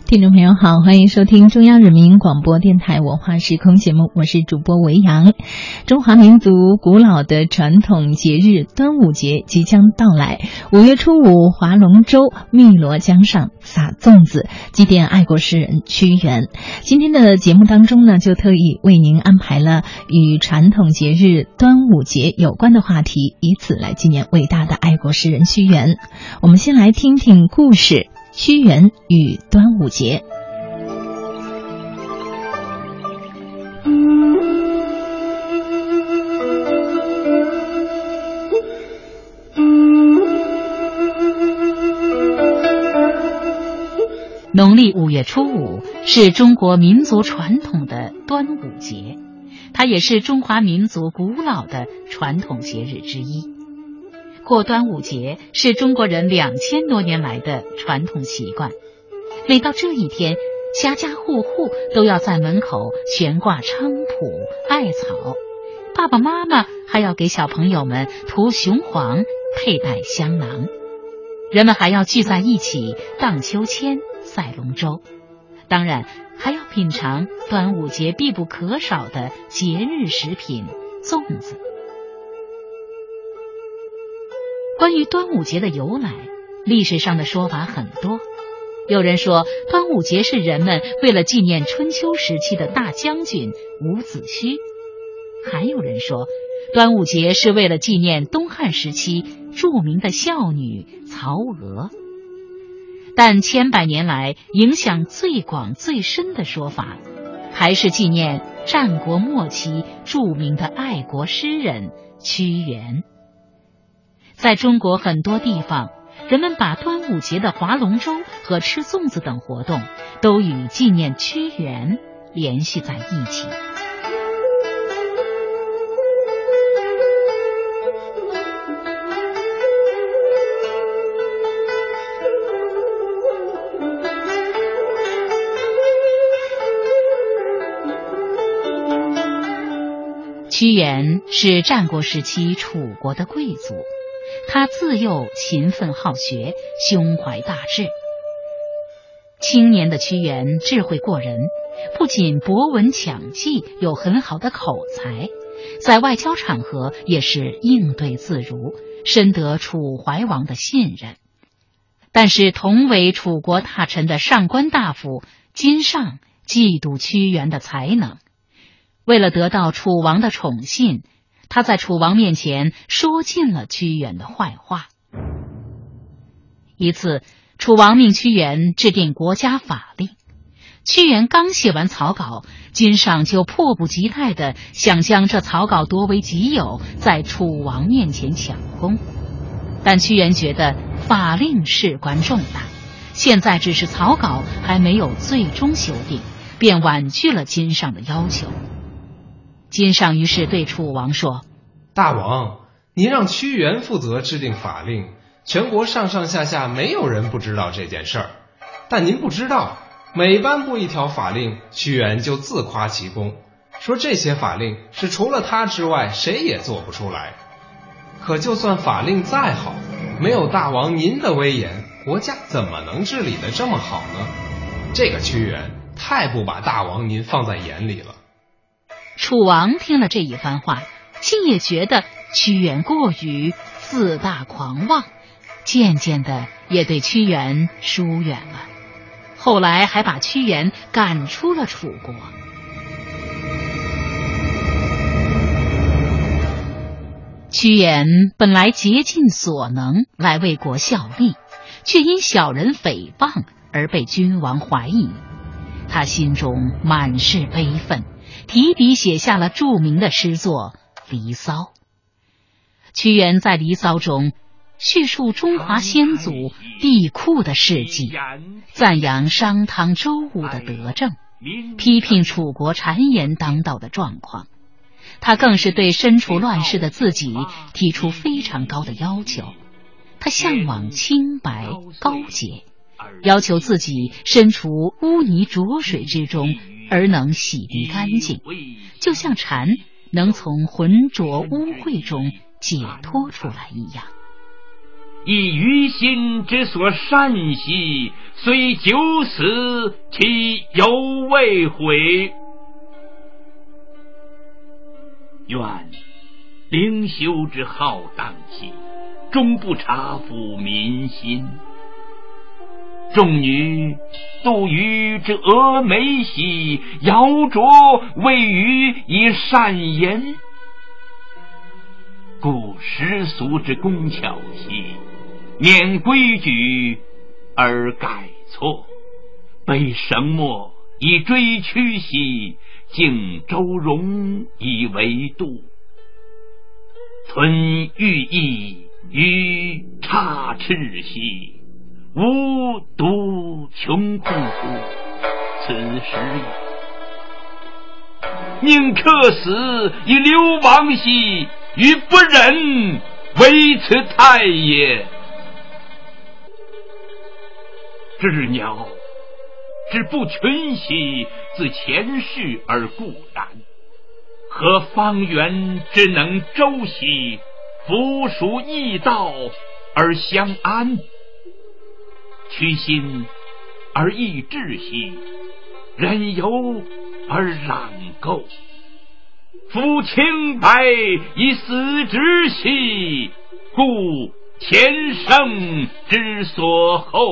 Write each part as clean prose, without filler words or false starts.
听众朋友好，欢迎收听中央人民广播电台文化时空节目，我是主播维扬。中华民族古老的传统节日端午节即将到来，5月初5，划龙舟，汨罗江上撒粽子，祭奠爱国诗人屈原。今天的节目当中呢，就特意为您安排了与传统节日端午节有关的话题，以此来纪念伟大的爱国诗人屈原。我们先来听听故事，屈原与端午节。 农历5月初5是中国民族传统的端午节，它也是中华民族古老的传统节日之一。过端午节是中国人2000多年来的传统习惯，每到这一天，家家户户都要在门口悬挂菖蒲、艾草，爸爸妈妈还要给小朋友们涂雄黄，佩戴香囊。人们还要聚在一起荡秋千、赛龙舟，当然还要品尝端午节必不可少的节日食品粽子。关于端午节的由来，历史上的说法很多。有人说，端午节是人们为了纪念春秋时期的大将军伍子胥；还有人说，端午节是为了纪念东汉时期著名的孝女曹娥。但千百年来影响最广最深的说法，还是纪念战国末期著名的爱国诗人屈原。在中国很多地方，人们把端午节的划龙舟和吃粽子等活动都与纪念屈原联系在一起。屈原是战国时期楚国的贵族，他自幼勤奋好学，胸怀大志。青年的屈原智慧过人，不仅博闻强记，有很好的口才，在外交场合也是应对自如，深得楚怀王的信任。但是同为楚国大臣的上官大夫金上嫉妒屈原的才能，为了得到楚王的宠信，他在楚王面前说尽了屈原的坏话。一次，楚王命屈原制定国家法令，屈原刚写完草稿，金上就迫不及待地想将这草稿夺为己有，在楚王面前抢功。但屈原觉得法令事关重大，现在只是草稿，还没有最终修订，便婉拒了金上的要求。金上于是对楚王说： 大王，您让屈原负责制定法令，全国上上下下没有人不知道这件事儿。但您不知道，每颁布一条法令，屈原就自夸其功，说这些法令是除了他之外谁也做不出来。可就算法令再好，没有大王您的威严，国家怎么能治理得这么好呢？这个屈原太不把大王您放在眼里了。 楚王听了这一番话，竟也觉得屈原过于自大狂妄，渐渐的也对屈原疏远了。后来还把屈原赶出了楚国。屈原本来竭尽所能来为国效力，却因小人诽谤而被君王怀疑，他心中满是悲愤，提笔写下了著名的诗作《离骚》。屈原在《离骚》中叙述中华先祖帝喾的事迹，赞扬商汤周武的德政，批评楚国谗言当道的状况。他更是对身处乱世的自己提出非常高的要求，他向往清白高洁，要求自己身处污泥浊水之中而能洗涤干净，就像蝉能从浑浊污秽中解脱出来一样。 以于心之所善兮，虽九死，其犹未悔。愿灵修之浩荡兮，终不察抚民心。众女杜鱼之峨眉兮，摇琢谓鱼以善言。故世俗之工巧兮，免规矩而改错；被绳墨以追趋兮，敬周容以为度。存寓意于差斥兮，无独穷困乎此时也。宁克死以流亡兮，于不忍为此泰也。鸷鸟之不群兮，自前世而固然；何方圆之能周兮，夫属异道而相安。屈心而益志兮，忍由而朗构。夫清白以死之兮，故前生之所厚。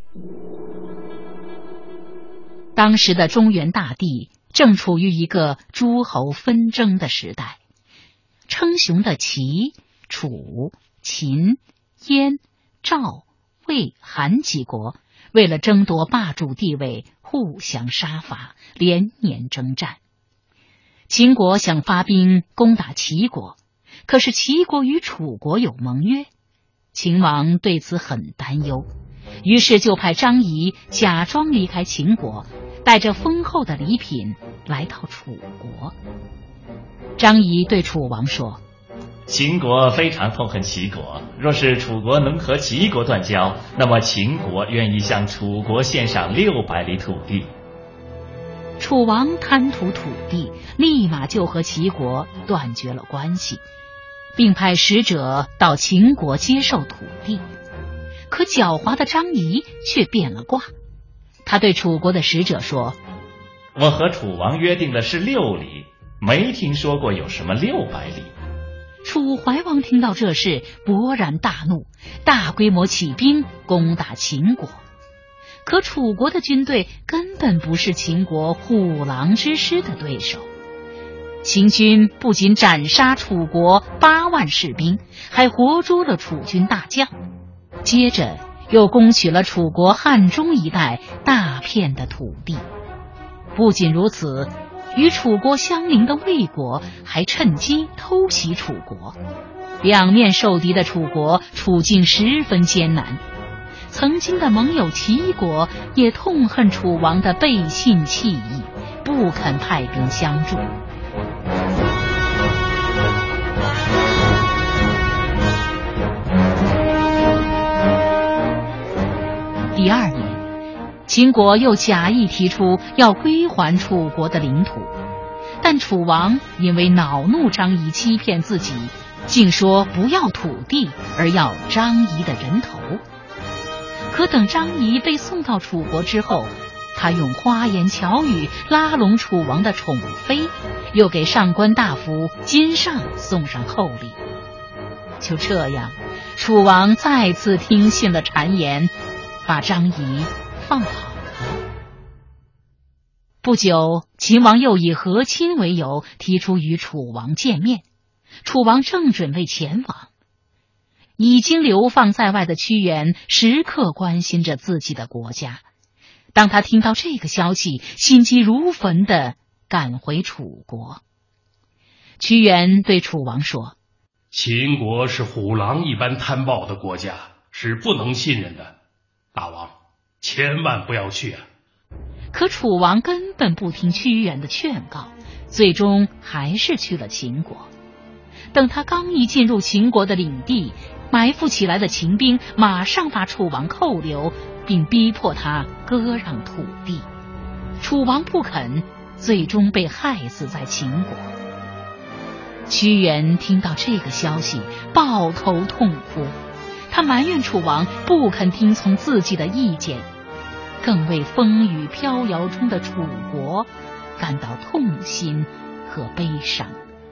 当时的中原大地正处于一个诸侯纷争的时代，称雄的齐、楚、秦、燕、赵、魏、韩几国为了争夺霸主地位，互相杀伐，连年征战。秦国想发兵攻打齐国，可是齐国与楚国有盟约，秦王对此很担忧，于是就派张仪假装离开秦国，带着丰厚的礼品来到楚国。张仪对楚王说： 秦国非常痛恨齐国，若是楚国能和齐国断交，那么秦国愿意向楚国献上600里土地。 楚王贪图土地，立马就和齐国断绝了关系，并派使者到秦国接受土地。可狡猾的张仪却变了卦，他对楚国的使者说： 我和楚王约定的是6里，没听说过有什么600里。 楚怀王听到这事，勃然大怒，大规模起兵攻打秦国。可楚国的军队根本不是秦国虎狼之师的对手，秦军不仅斩杀楚国8万士兵，还活捉了楚军大将，接着又攻取了楚国汉中一带大片的土地。不仅如此，与楚国相邻的魏国还趁机偷袭楚国，两面受敌的楚国处境十分艰难。曾经的盟友齐国也痛恨楚王的背信弃义，不肯派兵相助。第2年，秦国又假意提出要归还楚国的领土，但楚王因为恼怒张仪欺骗自己，竟说不要土地，而要张仪的人头。可等张仪被送到楚国之后，他用花言巧语拉拢楚王的宠妃，又给上官大夫金上送上厚礼。就这样，楚王再次听信了谗言，把张仪放跑了。不久，秦王又以和亲为由提出与楚王见面，楚王正准备前往。已经流放在外的屈原时刻关心着自己的国家，当他听到这个消息，心急如焚地赶回楚国。屈原对楚王说： 秦国是虎狼一般贪暴的国家，是不能信任的，大王千万不要去啊！ 可楚王根本不听屈原的劝告，最终还是去了秦国。等他刚一进入秦国的领地，埋伏起来的秦兵马上把楚王扣留，并逼迫他割让土地。楚王不肯，最终被害死在秦国。屈原听到这个消息，抱头痛哭， 他埋怨楚王不肯听从自己的意见，更为风雨飘摇中的楚国感到痛心和悲伤。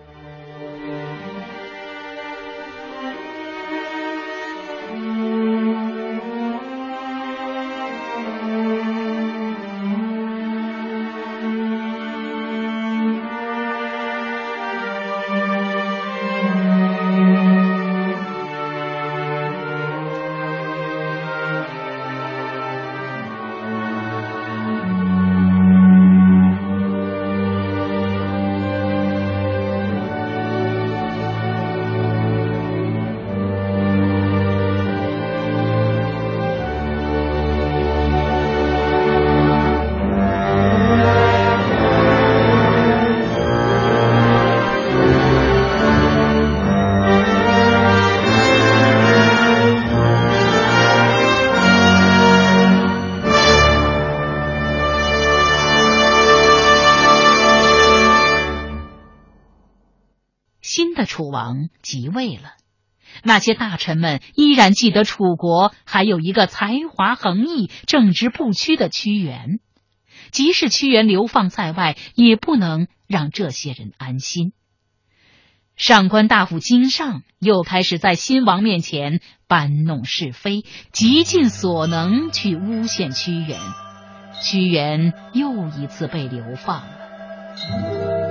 楚王即位了，那些大臣们依然记得楚国还有一个才华横溢、正直不屈的屈原，即使屈原流放在外，也不能让这些人安心。上官大夫荆上又开始在新王面前搬弄是非，极尽所能去诬陷屈原，屈原又一次被流放了。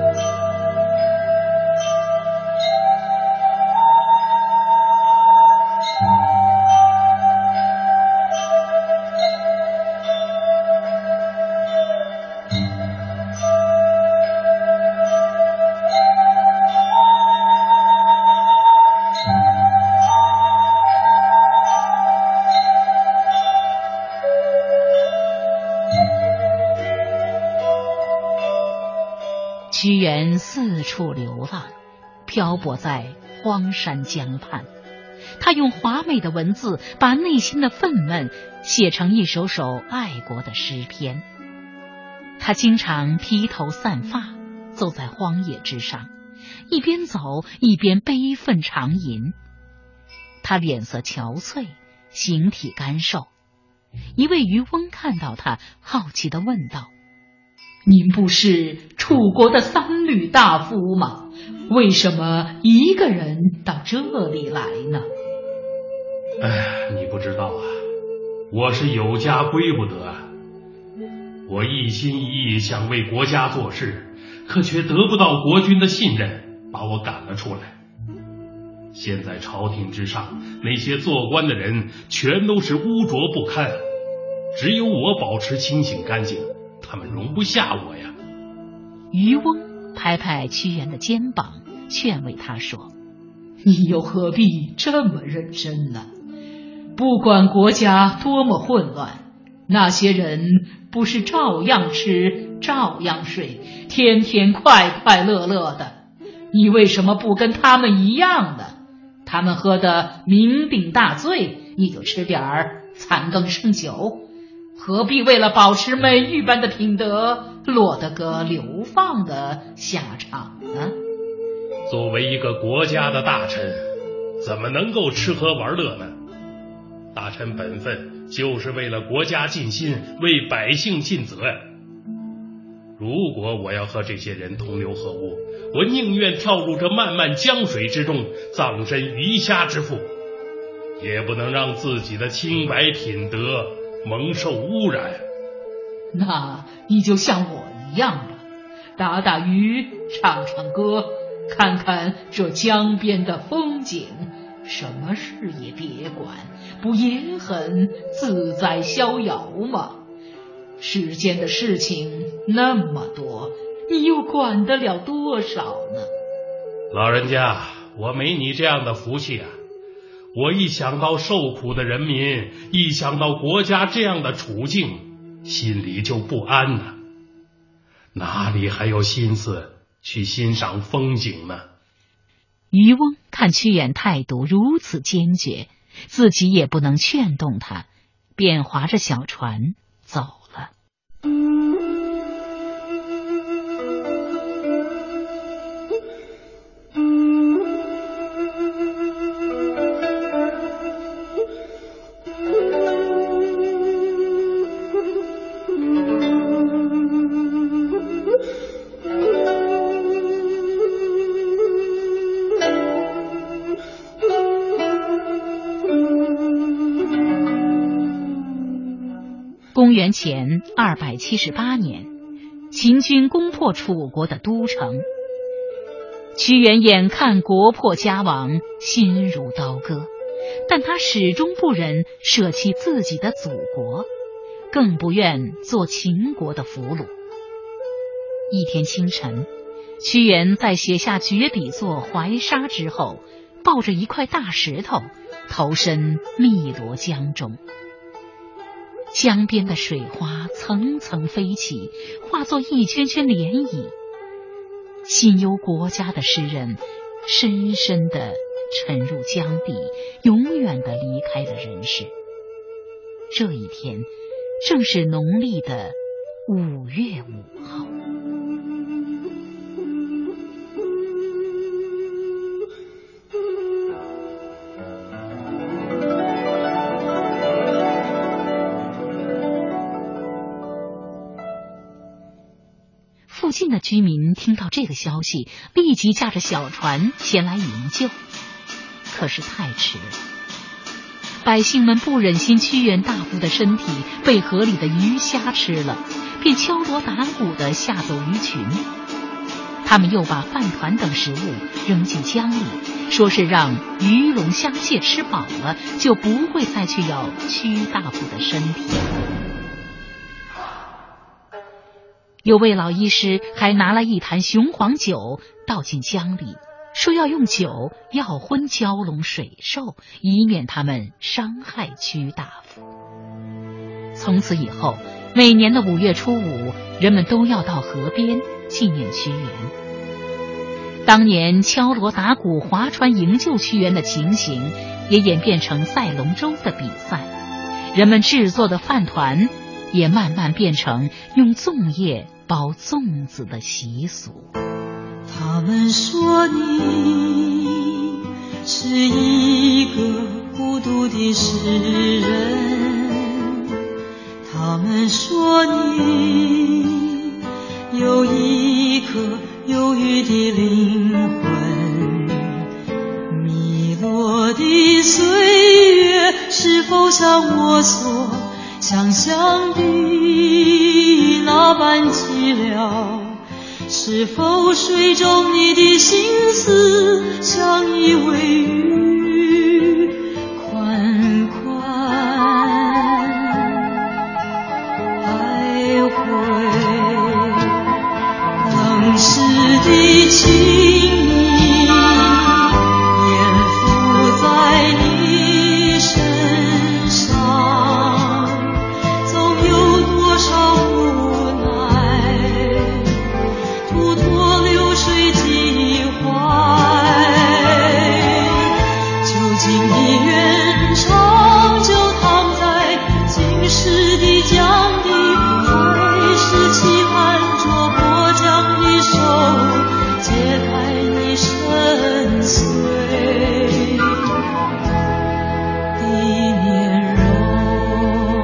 屈原四处流浪，漂泊在荒山江畔。他用华美的文字把内心的愤懑写成一首首爱国的诗篇。他经常披头散发，走在荒野之上，一边走一边悲愤长吟。他脸色憔悴，形体干瘦。一位渔翁看到他，好奇地问道：“您不是楚国的三闾大夫吗？为什么一个人到这里来呢？” 你不知道啊，我是有家归不得啊。我一心一意想为国家做事，可却得不到国君的信任，把我赶了出来。现在朝廷之上，那些做官的人全都是污浊不堪，只有我保持清醒干净，他们容不下我呀。 渔翁拍拍屈原的肩膀，劝慰他说：“你又何必这么认真呢？不管国家多么混乱，那些人不是照样吃，照样睡，天天快快乐乐的。你为什么不跟他们一样呢？他们喝得酩酊大醉，你就吃点残羹剩酒，何必为了保持美玉般的品德，落得个流放的下场呢？” 作为一个国家的大臣，怎么能够吃喝玩乐呢？大臣本分就是为了国家尽心，为百姓尽责呀。如果我要和这些人同流合污，我宁愿跳入这漫漫江水之中，葬身鱼虾之腹，也不能让自己的清白品德蒙受污染。 那你就像我一样吧，打打鱼，唱唱歌，看看这江边的风景，什么事也别管，不也很自在逍遥吗？世间的事情那么多，你又管得了多少呢？ 老人家，我没你这样的福气啊！我一想到受苦的人民，一想到国家这样的处境，心里就不安呐，哪里还有心思去欣赏风景呢？ 渔翁看屈原态度如此坚决，自己也不能劝动他，便划着小船走了。 公元前278年，秦军攻破楚国的都城。屈原眼看国破家亡，心如刀割，但他始终不忍舍弃自己的祖国，更不愿做秦国的俘虏。一天清晨，屈原在写下绝笔作《怀沙》之后，抱着一块大石头，投身汨罗江中。江边的水花层层飞起，化作一圈圈涟漪。心忧国家的诗人深深地沉入江底，永远地离开了人世。这一天正是农历的5月5号。附近的居民听到这个消息，立即驾着小船前来营救，可是太迟了。百姓们不忍心屈原大夫的身体被河里的鱼虾吃了，便敲锣打鼓地吓走鱼群。他们又把饭团等食物扔进江里，说是让鱼龙虾蟹吃饱了，就不会再去咬屈大夫的身体。有位老医师还拿了一坛雄黄酒倒进江里，说要用酒药昏蛟龙水兽，以免他们伤害屈大夫。从此以后，每年的5月初5，人们都要到河边纪念屈原。当年敲锣打鼓划船营救屈原的情形，也演变成赛龙舟的比赛，人们制作的饭团也慢慢变成用粽叶包粽子的习俗。 他们说你是一个孤独的诗人，他们说你有一颗忧郁的灵魂，迷落的岁月是否像我所想象的那般寂寥？是否水中你的心思像一尾鱼款款徘徊？冷湿的情意淹伏在你身上，总有多少无奈突脱流水几怀。究竟你愿长久躺在浸湿的江底，还是期盼着过江的手解开你深邃的面容？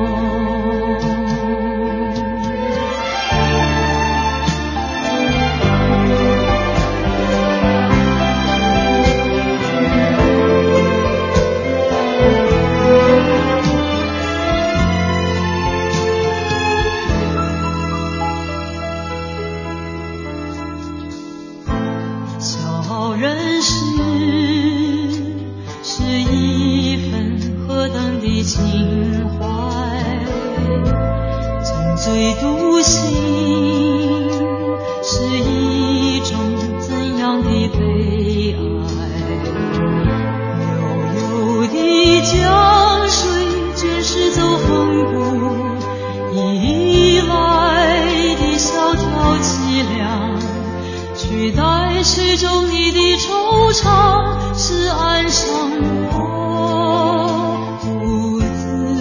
小人是一份何等的情怀，纵醉独行是一种怎样的悲哀？悠悠的江水卷拾走风骨以来的萧条凄凉，取代水中你的惆怅，是岸上我独自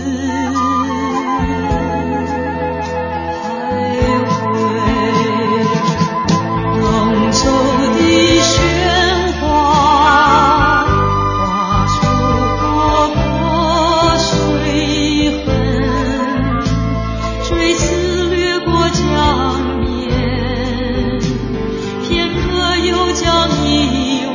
徘徊。龙舟的喧哗划出活泼水痕，锥刺掠过江面，片刻又将你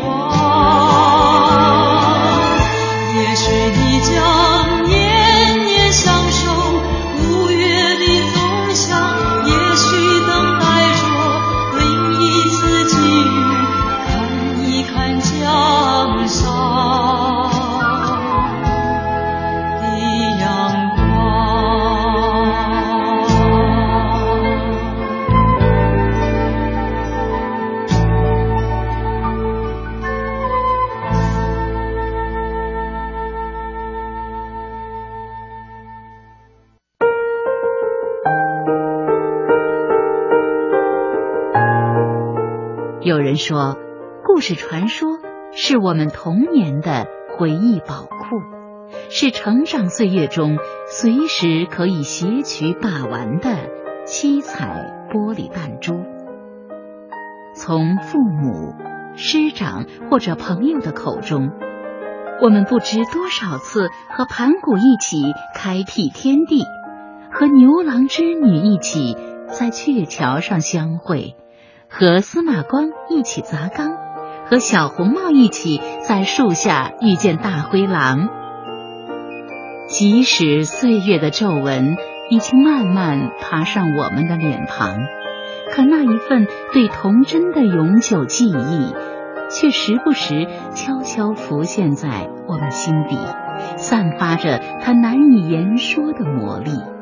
有人说，故事传说是我们童年的回忆宝库，是成长岁月中随时可以撷取把玩的七彩玻璃弹珠。从父母、师长或者朋友的口中，我们不知多少次和盘古一起开辟天地，和牛郎织女一起在鹊桥上相会，和司马光一起砸缸，和小红帽一起在树下遇见大灰狼。即使岁月的皱纹已经慢慢爬上我们的脸庞，可那一份对童真的永久记忆却时不时悄悄浮现在我们心底，散发着它难以言说的魔力。